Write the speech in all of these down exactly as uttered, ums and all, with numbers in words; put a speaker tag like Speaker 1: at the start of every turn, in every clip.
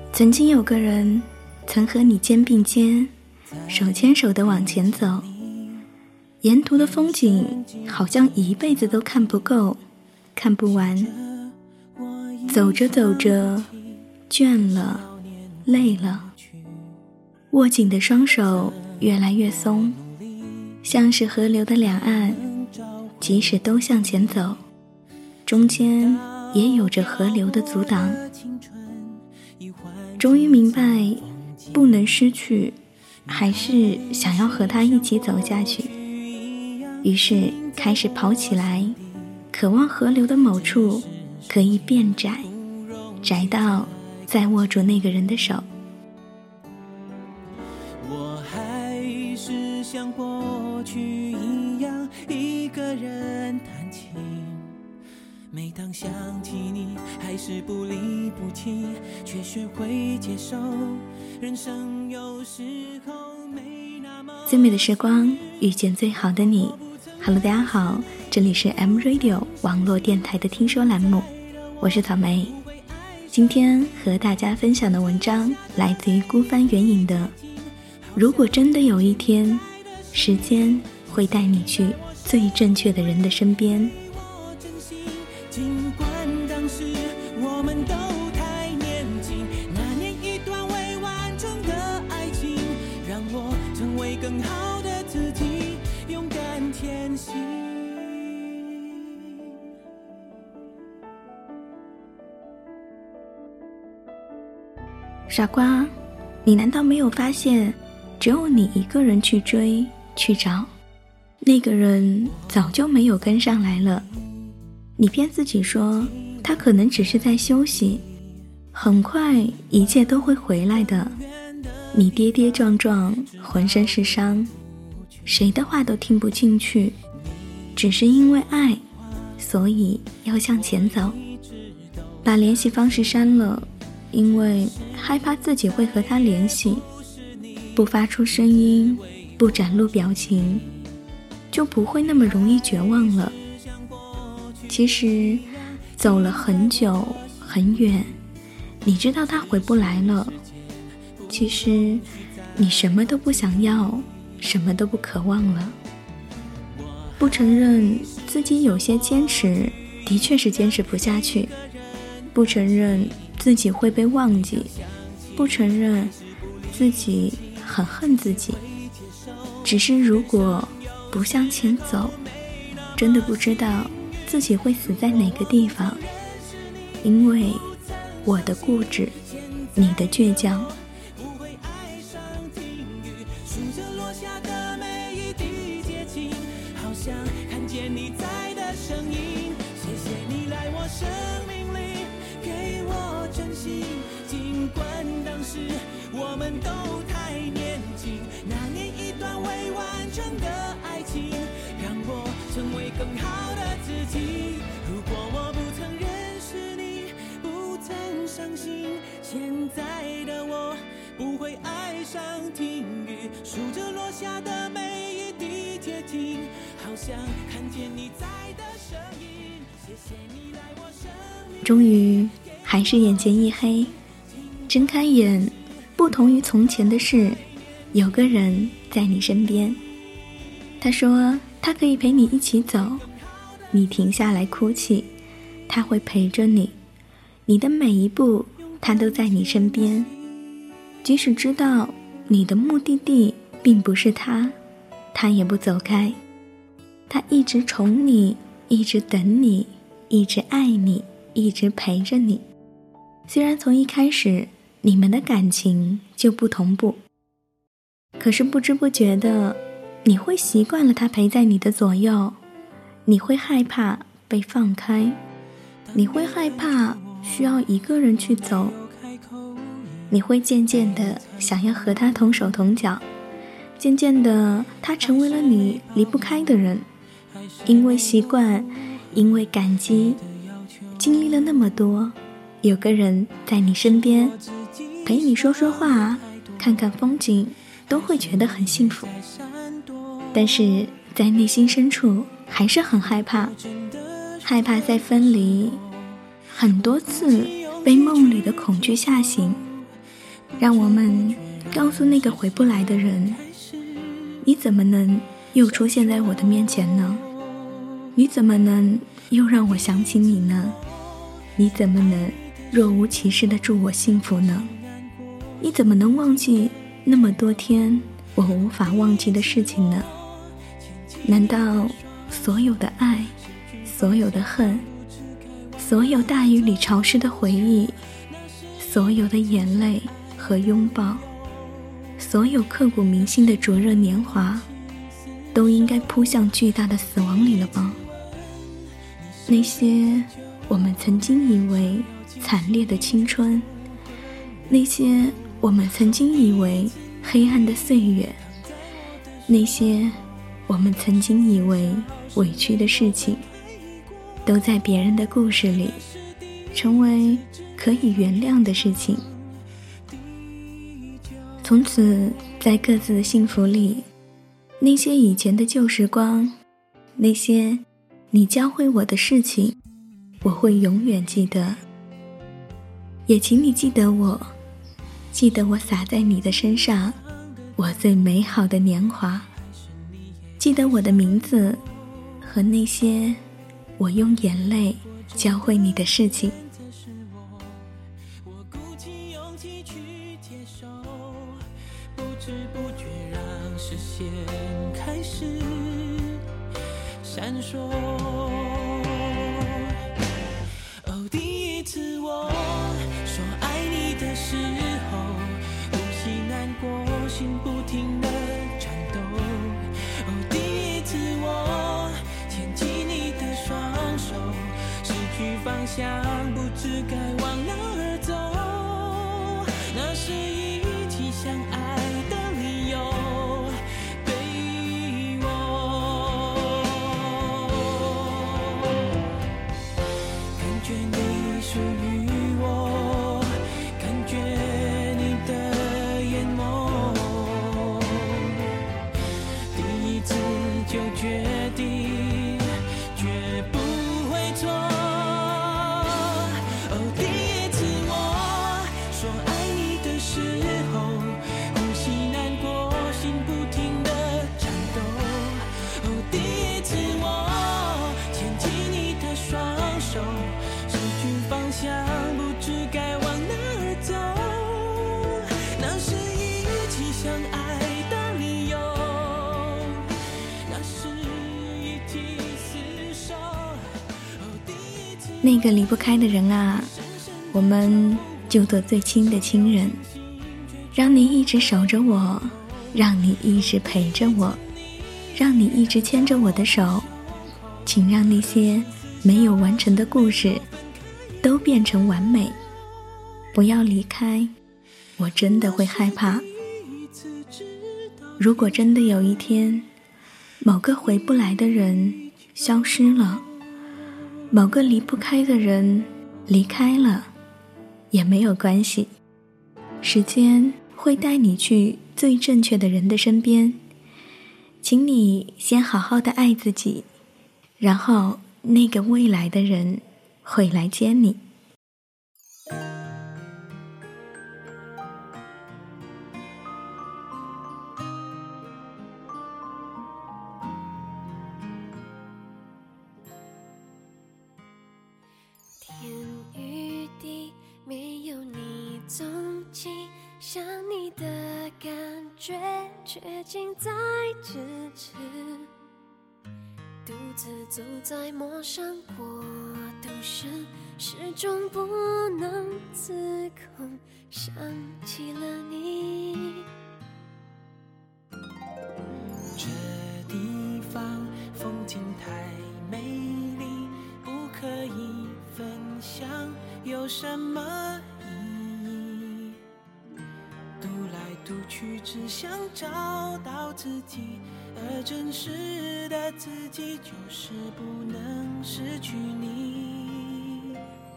Speaker 1: 曾经有个人曾和你肩并肩，手牵手地往前走，沿途的风景好像一辈子都看不够，看不完。走着走着，倦了，累了，握紧的双手越来越松，像是河流的两岸，即使都向前走，中间也有着河流的阻挡。终于明白，不能失去，还是想要和他一起走下去。于是开始跑起来，渴望河流的某处可以变窄，窄到再握住那个人的手。
Speaker 2: 我还是像过去一样，一个人弹琴，每当想起你，还是不离不弃，却学会接受，人生有时候没那么
Speaker 1: 最美的时光，遇见最好的你。Hello， 大家好，这里是 M Radio 网络电台的听说栏目，我是草莓。今天和大家分享的文章来自于孤帆远影的如果真的有一天，时间会带你去最正确的人的身边。
Speaker 2: 尽管当时我们都太年轻，那年一段未完成的爱情，让我成为更好的自己，勇敢前行。
Speaker 1: 傻瓜，你难道没有发现，只有你一个人去追去找，那个人早就没有跟上来了。你骗自己说他可能只是在休息，很快一切都会回来的。你跌跌撞撞，浑身是伤，谁的话都听不进去，只是因为爱，所以要向前走。把联系方式删了，因为害怕自己会和他联系，不发出声音，不展露表情，就不会那么容易绝望了。其实走了很久很远，你知道他回不来了。其实你什么都不想要，什么都不渴望了。不承认自己有些坚持，的确是坚持不下去。不承认自己会被忘记，不承认自己很恨自己。只是如果不向前走，真的不知道自己会死在哪个地方。因为我的固执，你的倔强。
Speaker 2: 数着落下的每一滴接近，好像看见你在的声音。谢谢你来我生命里，给我真心。尽管当时我们都太年轻，那年一段未完成的爱情，让我成为更好的自己。如果我不曾认识你，不曾伤心，现在的我不会爱上听雨，数着落下的每一滴接近，好像看见你在的声音。谢谢你来我生命。
Speaker 1: 终于还是眼前一黑，睁开眼，不同于从前的是，有个人在你身边。他说他可以陪你一起走，你停下来哭泣，他会陪着你，你的每一步他都在你身边。即使知道你的目的地并不是他，他也不走开。他一直宠你，一直等你，一直爱你，一直陪着你。虽然从一开始你们的感情就不同步，可是不知不觉的，你会习惯了他陪在你的左右，你会害怕被放开，你会害怕需要一个人去走，你会渐渐的想要和他同手同脚，渐渐的他成为了你离不开的人。因为习惯，因为感激，经历了那么多，有个人在你身边陪你说说话，看看风景，都会觉得很幸福。但是在内心深处还是很害怕，害怕再分离，很多次被梦里的恐惧吓醒， 让我们告诉那个回不来的人，你怎么能又出现在我的面前呢？你怎么能又让我想起你呢？你怎么能若无其事地祝我幸福呢？你怎么能忘记那么多天我无法忘记的事情呢？难道所有的爱，所有的恨，所有大雨里潮湿的回忆，所有的眼泪和拥抱，所有刻骨铭心的灼热年华，都应该扑向巨大的死亡里了吗？那些我们曾经以为惨烈的青春，那些我们曾经以为黑暗的岁月，那些我们曾经以为委屈的事情，都在别人的故事里成为可以原谅的事情。从此在各自的幸福里，那些以前的旧时光，那些你教会我的事情，我会永远记得。也请你记得我，记得我洒在你的身上我最美好的年华，记得我的名字和那些我用眼泪教会你的事情。
Speaker 2: 我鼓起勇气去接受，不知不觉让视线开始闪烁。哦，第一次我说爱你的时候，呼吸难过，心不停地颤抖。哦，第一次我牵起你的双手，失去方向，不知该往哪儿走。那是一起相爱的理由，对我感觉你属于我，感觉你的眼眸，第一次就决定绝不会错。哦，第一次我说爱你的时候，呼吸难过，心不停地颤抖。哦，第一次我牵起你的双手，失去方向，不知该往哪儿走。那是一起相爱的理由，那是一起厮守。哦，第一次
Speaker 1: 那个离不开的人啊，我们就做最亲的亲人，让你一直守着我，让你一直陪着我，让你一直牵着我的手。请让那些没有完成的故事都变成完美，不要离开，我真的会害怕。如果真的有一天，某个回不来的人消失了，某个离不开的人离开了，也没有关系，时间会带你去最正确的人的身边。请你先好好的爱自己，然后那个未来的人会来接你。
Speaker 3: 天与地没有你踪迹，想你的感觉却近在咫尺，独自走在陌生国度时，始终不能自控，想起了你。
Speaker 2: 这地方风景太美丽，不可以分享，有什么意义？独来独去，只想找到自己，而真实的自己就是不能失去你。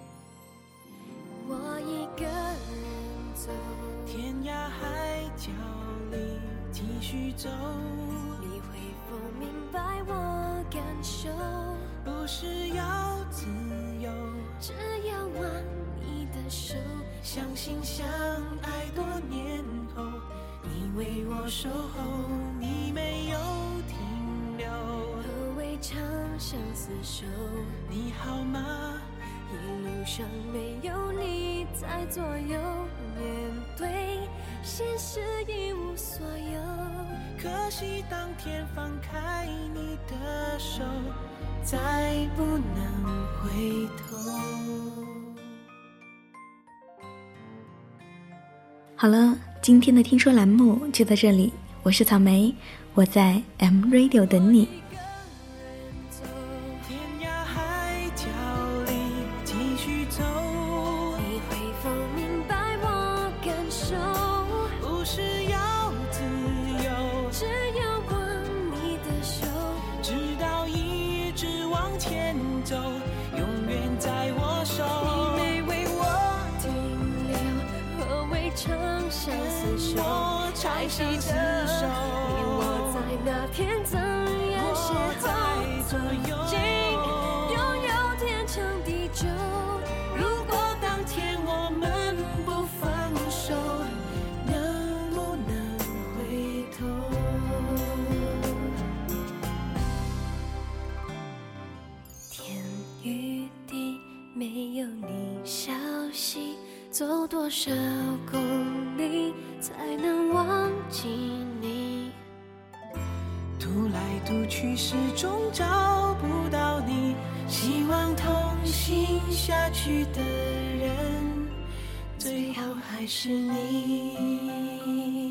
Speaker 3: 我一个人走，
Speaker 2: 天涯海角里继续走，
Speaker 3: 你会否明白我感受？
Speaker 2: 不是要自由，
Speaker 3: 只要握你的手，
Speaker 2: 相信相爱多年后，你为我守候，你没有停留。
Speaker 3: 何谓长相厮守？
Speaker 2: 你好吗？
Speaker 3: 一路上没有你在左右，面对现实一无所有。
Speaker 2: 可惜当天放开你的手，再不能回头。
Speaker 1: 好了，今天的听说栏目就到这里，我是草莓，我在 M Radio 等你。
Speaker 2: 天涯海角里继续走，
Speaker 3: 你会否明白我感受？
Speaker 2: 不是要自由，
Speaker 3: 只要握你的手，
Speaker 2: 直到一直往前走，永远在我手。
Speaker 3: 你没为我停留，何谓长相厮守？还记得你我在那天怎样邂逅？曾经拥有天长地久。
Speaker 2: 如果当天我们不放手，能不能回头？
Speaker 3: 天与地没有你消息，走多少公里才能忘记你？
Speaker 2: 读来读去始终找不到你，希望同行下去的人，最后还是你。